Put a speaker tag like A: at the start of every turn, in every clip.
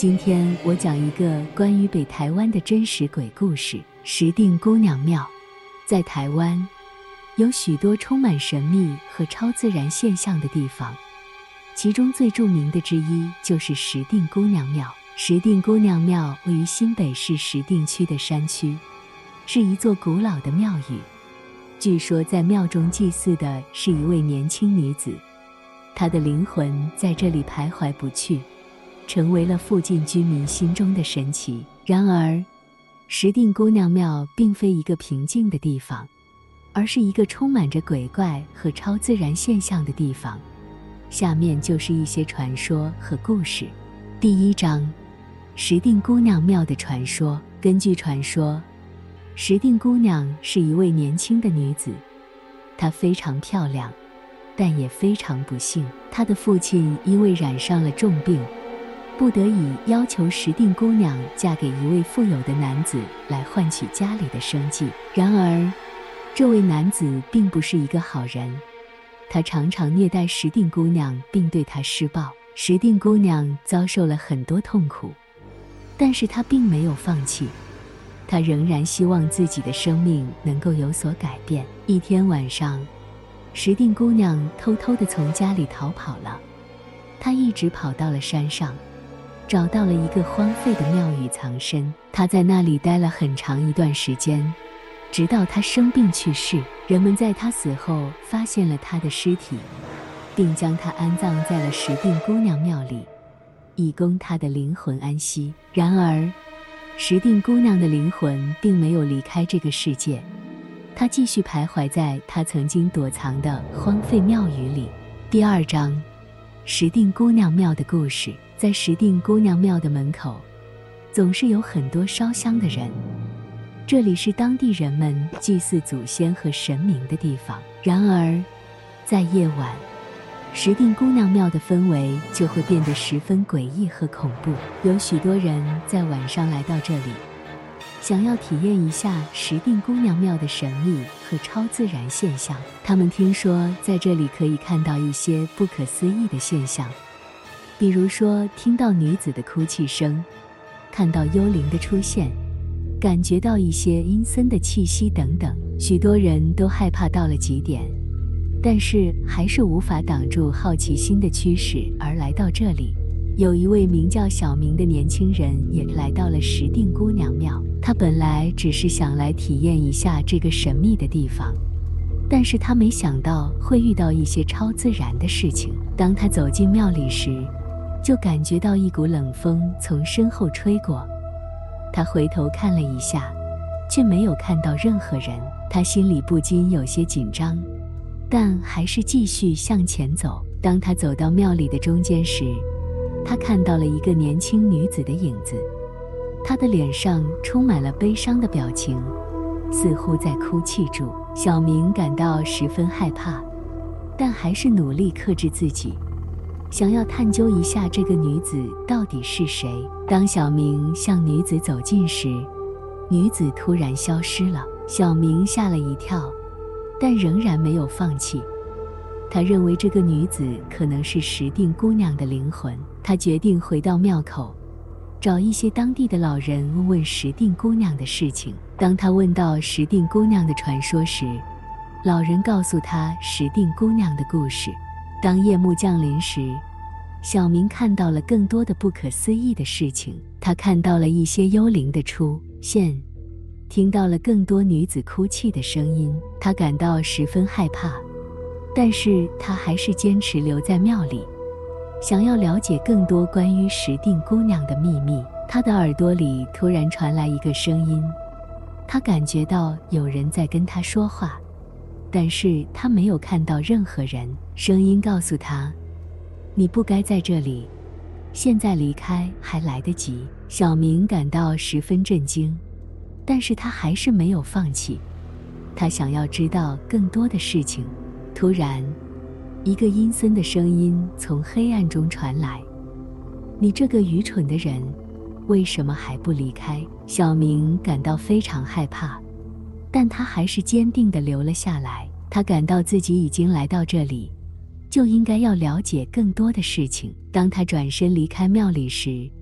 A: 今天我讲一个关于北台湾的真实鬼故事——石碇姑娘庙。在台湾，有许多充满神秘和超自然现象的地方，其中最著名的之一就是石碇姑娘庙。石碇姑娘庙位于新北市石碇区的山区，是一座古老的庙宇。据说在庙中祭祀的是一位年轻女子，她的灵魂在这里徘徊不去，成为了附近居民心中的神奇。然而，石碇姑娘庙并非一个平静的地方，而是一个充满着鬼怪和超自然现象的地方。下面就是一些传说和故事。第一章：石碇姑娘庙的传说。根据传说，石碇姑娘是一位年轻的女子，她非常漂亮，但也非常不幸。她的父亲因为染上了重病，不得已要求石碇姑娘嫁给一位富有的男子来换取家里的生计。然而，这位男子并不是一个好人，他常常虐待石碇姑娘并对她施暴。石碇姑娘遭受了很多痛苦，但是她并没有放弃，她仍然希望自己的生命能够有所改变。一天晚上，石碇姑娘偷偷地从家里逃跑了，她一直跑到了山上，找到了一个荒废的庙宇藏身。她在那里待了很长一段时间，直到她生病去世。人们在她死后发现了她的尸体，并将她安葬在了石碇姑娘庙里，以供她的灵魂安息。然而，石碇姑娘的灵魂并没有离开这个世界，她继续徘徊在她曾经躲藏的荒废庙宇里。第二章：石碇姑娘庙的故事。在石碇姑娘庙的门口，总是有很多烧香的人，这里是当地人们祭祀祖先和神明的地方。然而，在夜晚，石碇姑娘庙的氛围就会变得十分诡异和恐怖。有许多人在晚上来到这里，想要体验一下石碇姑娘庙的神秘和超自然现象。他们听说在这里可以看到一些不可思议的现象，比如说听到女子的哭泣声，看到幽灵的出现，感觉到一些阴森的气息等等。许多人都害怕到了极点，但是还是无法挡住好奇心的驱使而来到这里。有一位名叫小明的年轻人也来到了石碇姑娘庙，他本来只是想来体验一下这个神秘的地方，但是他没想到会遇到一些超自然的事情。当他走进庙里时，就感觉到一股冷风从身后吹过，他回头看了一下，却没有看到任何人。他心里不禁有些紧张，但还是继续向前走。当他走到庙里的中间时，他看到了一个年轻女子的影子，她的脸上充满了悲伤的表情，似乎在哭泣住。小明感到十分害怕，但还是努力克制自己，想要探究一下这个女子到底是谁。当小明向女子走近时，女子突然消失了。小明吓了一跳，但仍然没有放弃。他认为这个女子可能是石碇姑娘的灵魂。他决定回到庙口，找一些当地的老人问问石碇姑娘的事情。当他问到石碇姑娘的传说时，老人告诉他石碇姑娘的故事。当夜幕降临时，小明看到了更多的不可思议的事情。他看到了一些幽灵的出现，听到了更多女子哭泣的声音。他感到十分害怕，但是他还是坚持留在庙里，想要了解更多关于石碇姑娘的秘密。他的耳朵里突然传来一个声音，他感觉到有人在跟他说话，但是他没有看到任何人。声音告诉他，你不该在这里，现在离开还来得及。小明感到十分震惊，但是他还是没有放弃，他想要知道更多的事情。突然，一个阴森的声音从黑暗中传来，你这个愚蠢的人，为什么还不离开？小明感到非常害怕，但他还是坚定地留了下来。他感到自己已经来到这里，就应该要了解更多的事情。当他转身离开庙里时，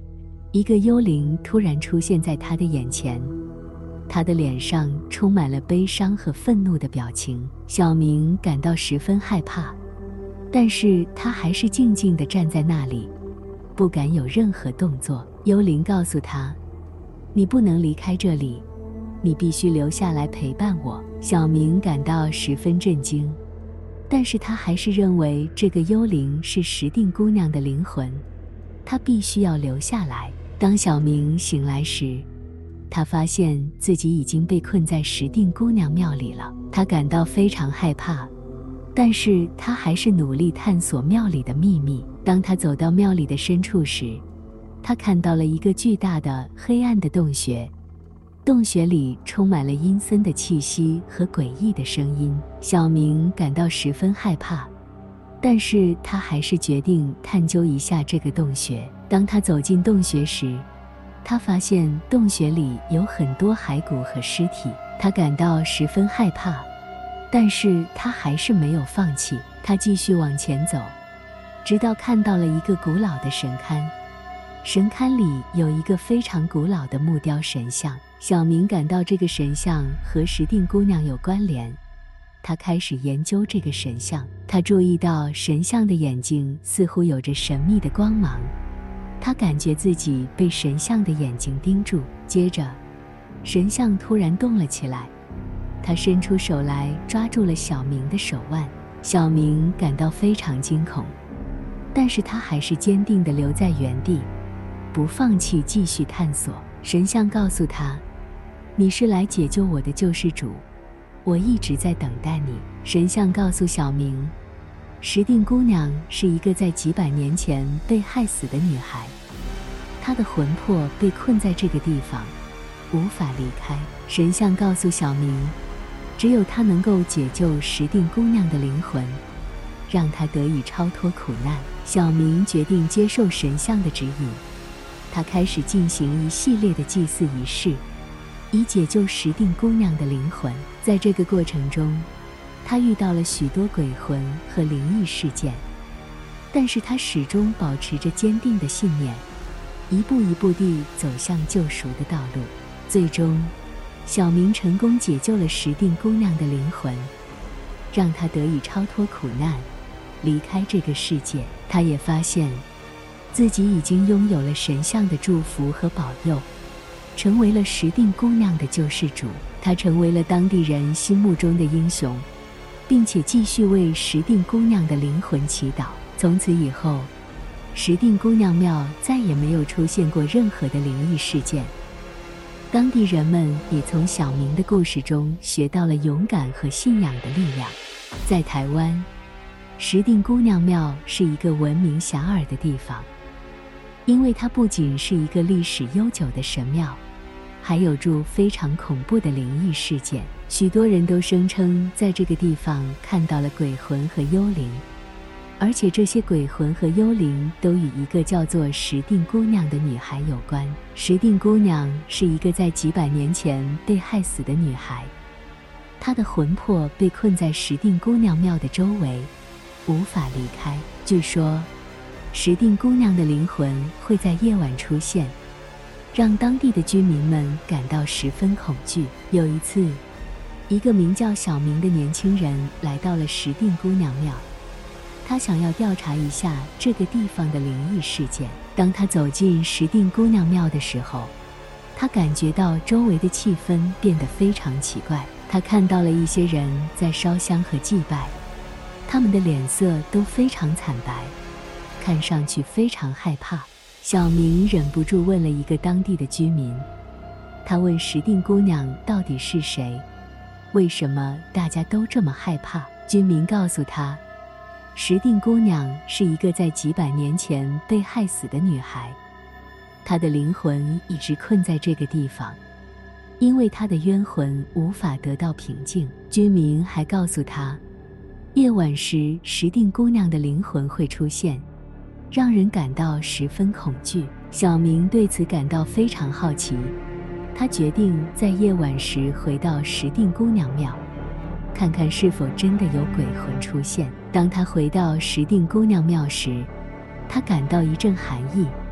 A: 一个幽灵突然出现在他的眼前，他的脸上充满了悲伤和愤怒的表情。小明感到十分害怕，但是他还是静静地站在那里，不敢有任何动作。幽灵告诉他，你不能离开这里，你必须留下来陪伴我。小明感到十分震惊，但是他还是认为这个幽灵是石定姑娘的灵魂，他必须要留下来。当小明醒来时，他发现自己已经被困在石定姑娘庙里了。他感到非常害怕，但是他还是努力探索庙里的秘密。当他走到庙里的深处时，他看到了一个巨大的黑暗的洞穴，洞穴里充满了阴森的气息和诡异的声音。小明感到十分害怕，但是他还是决定探究一下这个洞穴。当他走进洞穴时，他发现洞穴里有很多骸骨和尸体，他感到十分害怕，但是他还是没有放弃。他继续往前走，直到看到了一个古老的神龛。神龛里有一个非常古老的木雕神像，小明感到这个神像和石定姑娘有关联。他开始研究这个神像，他注意到神像的眼睛似乎有着神秘的光芒，他感觉自己被神像的眼睛盯住。接着，神像突然动了起来，他伸出手来抓住了小明的手腕。小明感到非常惊恐，但是他还是坚定地留在原地，不放弃继续探索。神像告诉他，你是来解救我的救世主，我一直在等待你。神像告诉小明，石定姑娘是一个在几百年前被害死的女孩，她的魂魄被困在这个地方，无法离开。神像告诉小明，只有她能够解救石定姑娘的灵魂，让她得以超脱苦难。小明决定接受神像的指引，他开始进行一系列的祭祀仪式，以解救石定姑娘的灵魂。在这个过程中，他遇到了许多鬼魂和灵异事件，但是他始终保持着坚定的信念，一步一步地走向救赎的道路。最终，小明成功解救了石定姑娘的灵魂，让她得以超脱苦难，离开这个世界。他也发现自己已经拥有了神像的祝福和保佑，成为了石定姑娘的救世主。他成为了当地人心目中的英雄，并且继续为石定姑娘的灵魂祈祷。从此以后，石定姑娘庙再也没有出现过任何的灵异事件。当地人们也从小明的故事中学到了勇敢和信仰的力量。在台湾，石定姑娘庙是一个闻名遐迩的地方，因为它不仅是一个历史悠久的神庙，还有着非常恐怖的灵异事件。许多人都声称在这个地方看到了鬼魂和幽灵，而且这些鬼魂和幽灵都与一个叫做石定姑娘的女孩有关。石定姑娘是一个在几百年前被害死的女孩，她的魂魄被困在石定姑娘庙的周围，无法离开。据说，石定姑娘的灵魂会在夜晚出现，让当地的居民们感到十分恐惧。有一次，一个名叫小明的年轻人来到了石定姑娘庙，他想要调查一下这个地方的灵异事件。当他走进石定姑娘庙的时候，他感觉到周围的气氛变得非常奇怪。他看到了一些人在烧香和祭拜，他们的脸色都非常惨白，看上去非常害怕。小明忍不住问了一个当地的居民，他问石定姑娘到底是谁，为什么大家都这么害怕？居民告诉他，石定姑娘是一个在几百年前被害死的女孩，她的灵魂一直困在这个地方，因为她的冤魂无法得到平静。居民还告诉他，夜晚时石定姑娘的灵魂会出现，让人感到十分恐惧。小明对此感到非常好奇，他决定在夜晚时回到石定姑娘庙，看看是否真的有鬼魂出现。当他回到石定姑娘庙时，他感到一阵寒意，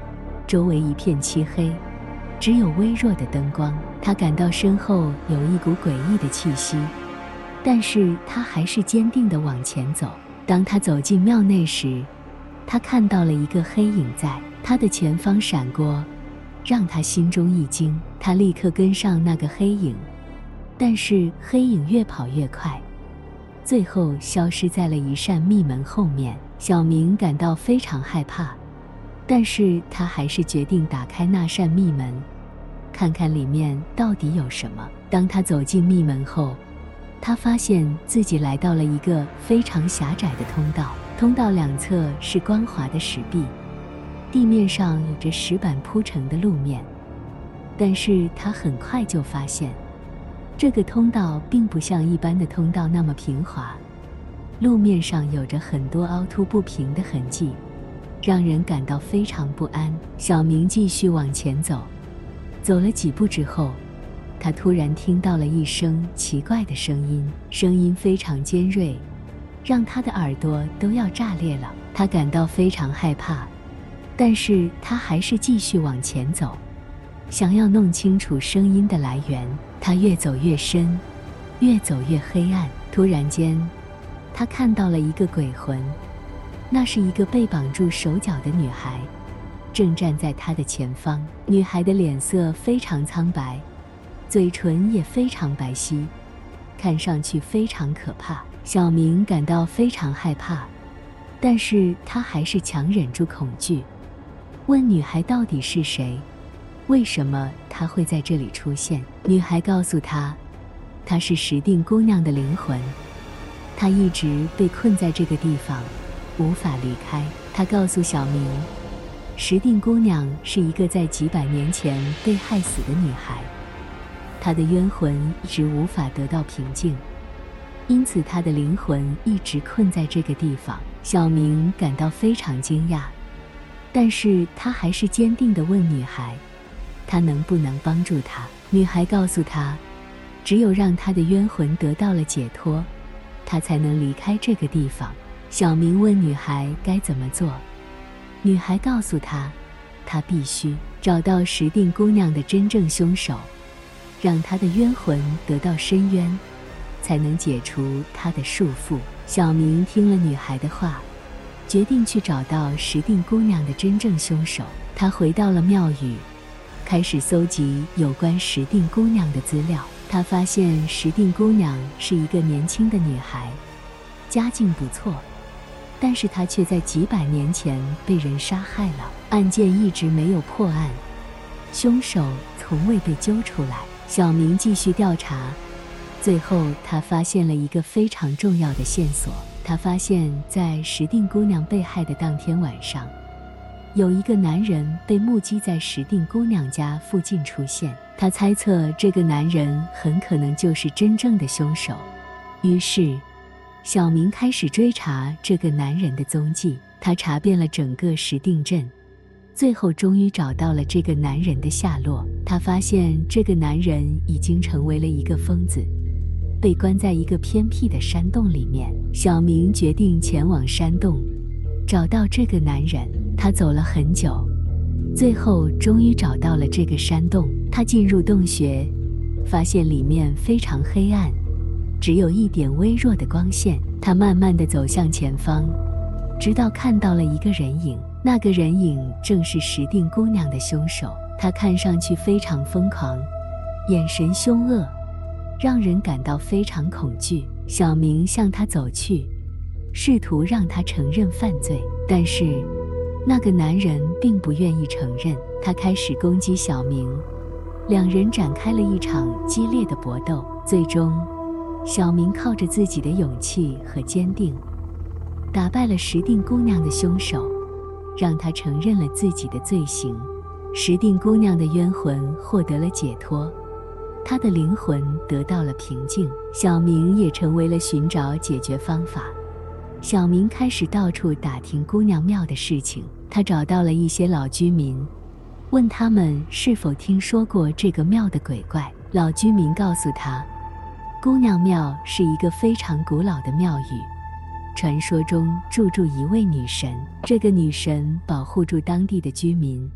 A: 周围一片漆黑，只有微弱的灯光。他感到身后有一股诡异的气息，但是他还是坚定地往前走。当他走进庙内时，他看到了一个黑影在他的前方闪过，让他心中一惊。他立刻跟上那个黑影，但是黑影越跑越快，最后消失在了一扇密门后面。小明感到非常害怕，但是他还是决定打开那扇密门，看看里面到底有什么。当他走进密门后，他发现自己来到了一个非常狭窄的通道，通道两侧是光滑的石壁，地面上有着石板铺成的路面。但是他很快就发现，这个通道并不像一般的通道那么平滑，路面上有着很多凹凸不平的痕迹，让人感到非常不安。小明继续往前走，走了几步之后，他突然听到了一声奇怪的声音，声音非常尖锐，让他的耳朵都要炸裂了。他感到非常害怕，但是他还是继续往前走，想要弄清楚声音的来源。他越走越深，越走越黑暗。突然间，他看到了一个鬼魂，那是一个被绑住手脚的女孩，正站在他的前方。女孩的脸色非常苍白，嘴唇也非常白皙，看上去非常可怕。小明感到非常害怕，但是他还是强忍住恐惧，问女孩到底是谁，为什么她会在这里出现。女孩告诉他，她是石定姑娘的灵魂，她一直被困在这个地方，无法离开。她告诉小明，石定姑娘是一个在几百年前被害死的女孩，她的冤魂一直无法得到平静，因此她的灵魂一直困在这个地方。小明感到非常惊讶，但是他还是坚定地问女孩，她能不能帮助他。女孩告诉他，只有让他的冤魂得到了解脱，他才能离开这个地方。小明问女孩该怎么做，女孩告诉他，他必须找到石定姑娘的真正凶手，让他的冤魂得到伸冤，才能解除他的束缚。小明听了女孩的话，决定去找到石定姑娘的真正凶手。他回到了庙宇，开始搜集有关石定姑娘的资料。他发现石定姑娘是一个年轻的女孩，家境不错，但是她却在几百年前被人杀害了，案件一直没有破案，凶手从未被揪出来。小明继续调查，最后他发现了一个非常重要的线索。他发现在石定姑娘被害的当天晚上，有一个男人被目击在石定姑娘家附近出现。他猜测这个男人很可能就是真正的凶手，于是小明开始追查这个男人的踪迹。他查遍了整个石定镇，最后终于找到了这个男人的下落。他发现这个男人已经成为了一个疯子，被关在一个偏僻的山洞里面。小明决定前往山洞，找到这个男人。他走了很久，最后终于找到了这个山洞。他进入洞穴，发现里面非常黑暗，只有一点微弱的光线。他慢慢地走向前方，直到看到了一个人影。那个人影正是石定姑娘的凶手。他看上去非常疯狂，眼神凶恶，让人感到非常恐惧。小明向他走去，试图让他承认犯罪，但是那个男人并不愿意承认。他开始攻击小明，两人展开了一场激烈的搏斗。最终，小明靠着自己的勇气和坚定，打败了石定姑娘的凶手，让他承认了自己的罪行。石定姑娘的冤魂获得了解脱，她的灵魂得到了平静。小明也成为了寻找解决方法。小明开始到处打听姑娘庙的事情。他找到了一些老居民，问他们是否听说过这个庙的鬼怪。老居民告诉他，姑娘庙是一个非常古老的庙宇，传说中住一位女神，这个女神保护住当地的居民，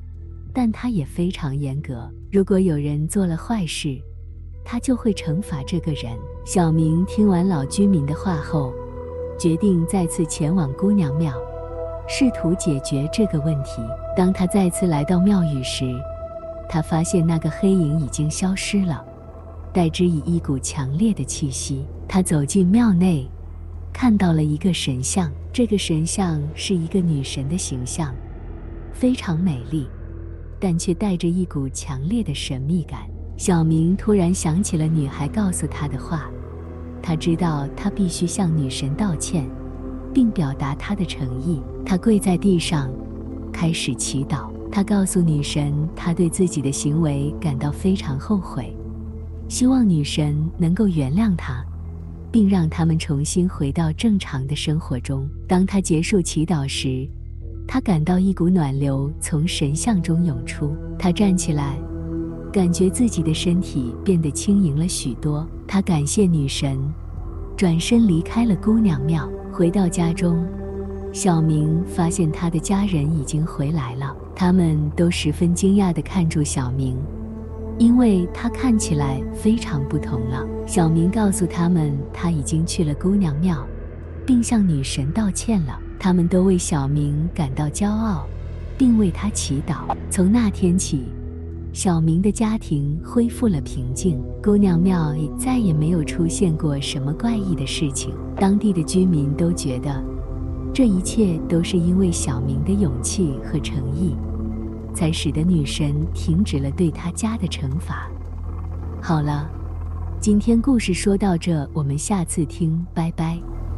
A: 但他也非常严格，如果有人做了坏事，他就会惩罚这个人。小明听完老居民的话后，决定再次前往姑娘庙，试图解决这个问题。当他再次来到庙宇时，他发现那个黑影已经消失了，代之以一股强烈的气息。他走进庙内，看到了一个神像，这个神像是一个女神的形象，非常美丽，但却带着一股强烈的神秘感。小明突然想起了女孩告诉他的话，他知道他必须向女神道歉，并表达他的诚意。他跪在地上，开始祈祷。他告诉女神，他对自己的行为感到非常后悔，希望女神能够原谅他，并让他们重新回到正常的生活中。当他结束祈祷时，他感到一股暖流从神像中涌出。他站起来，感觉自己的身体变得轻盈了许多。他感谢女神，转身离开了姑娘庙。回到家中，小明发现他的家人已经回来了，他们都十分惊讶地看住小明，因为他看起来非常不同了。小明告诉他们，他已经去了姑娘庙，并向女神道歉了。他们都为小明感到骄傲，并为他祈祷。从那天起，小明的家庭恢复了平静，姑娘庙也再也没有出现过什么怪异的事情。当地的居民都觉得，这一切都是因为小明的勇气和诚意，才使得女神停止了对他家的惩罚。好了，今天故事说到这，我们下次听，拜拜。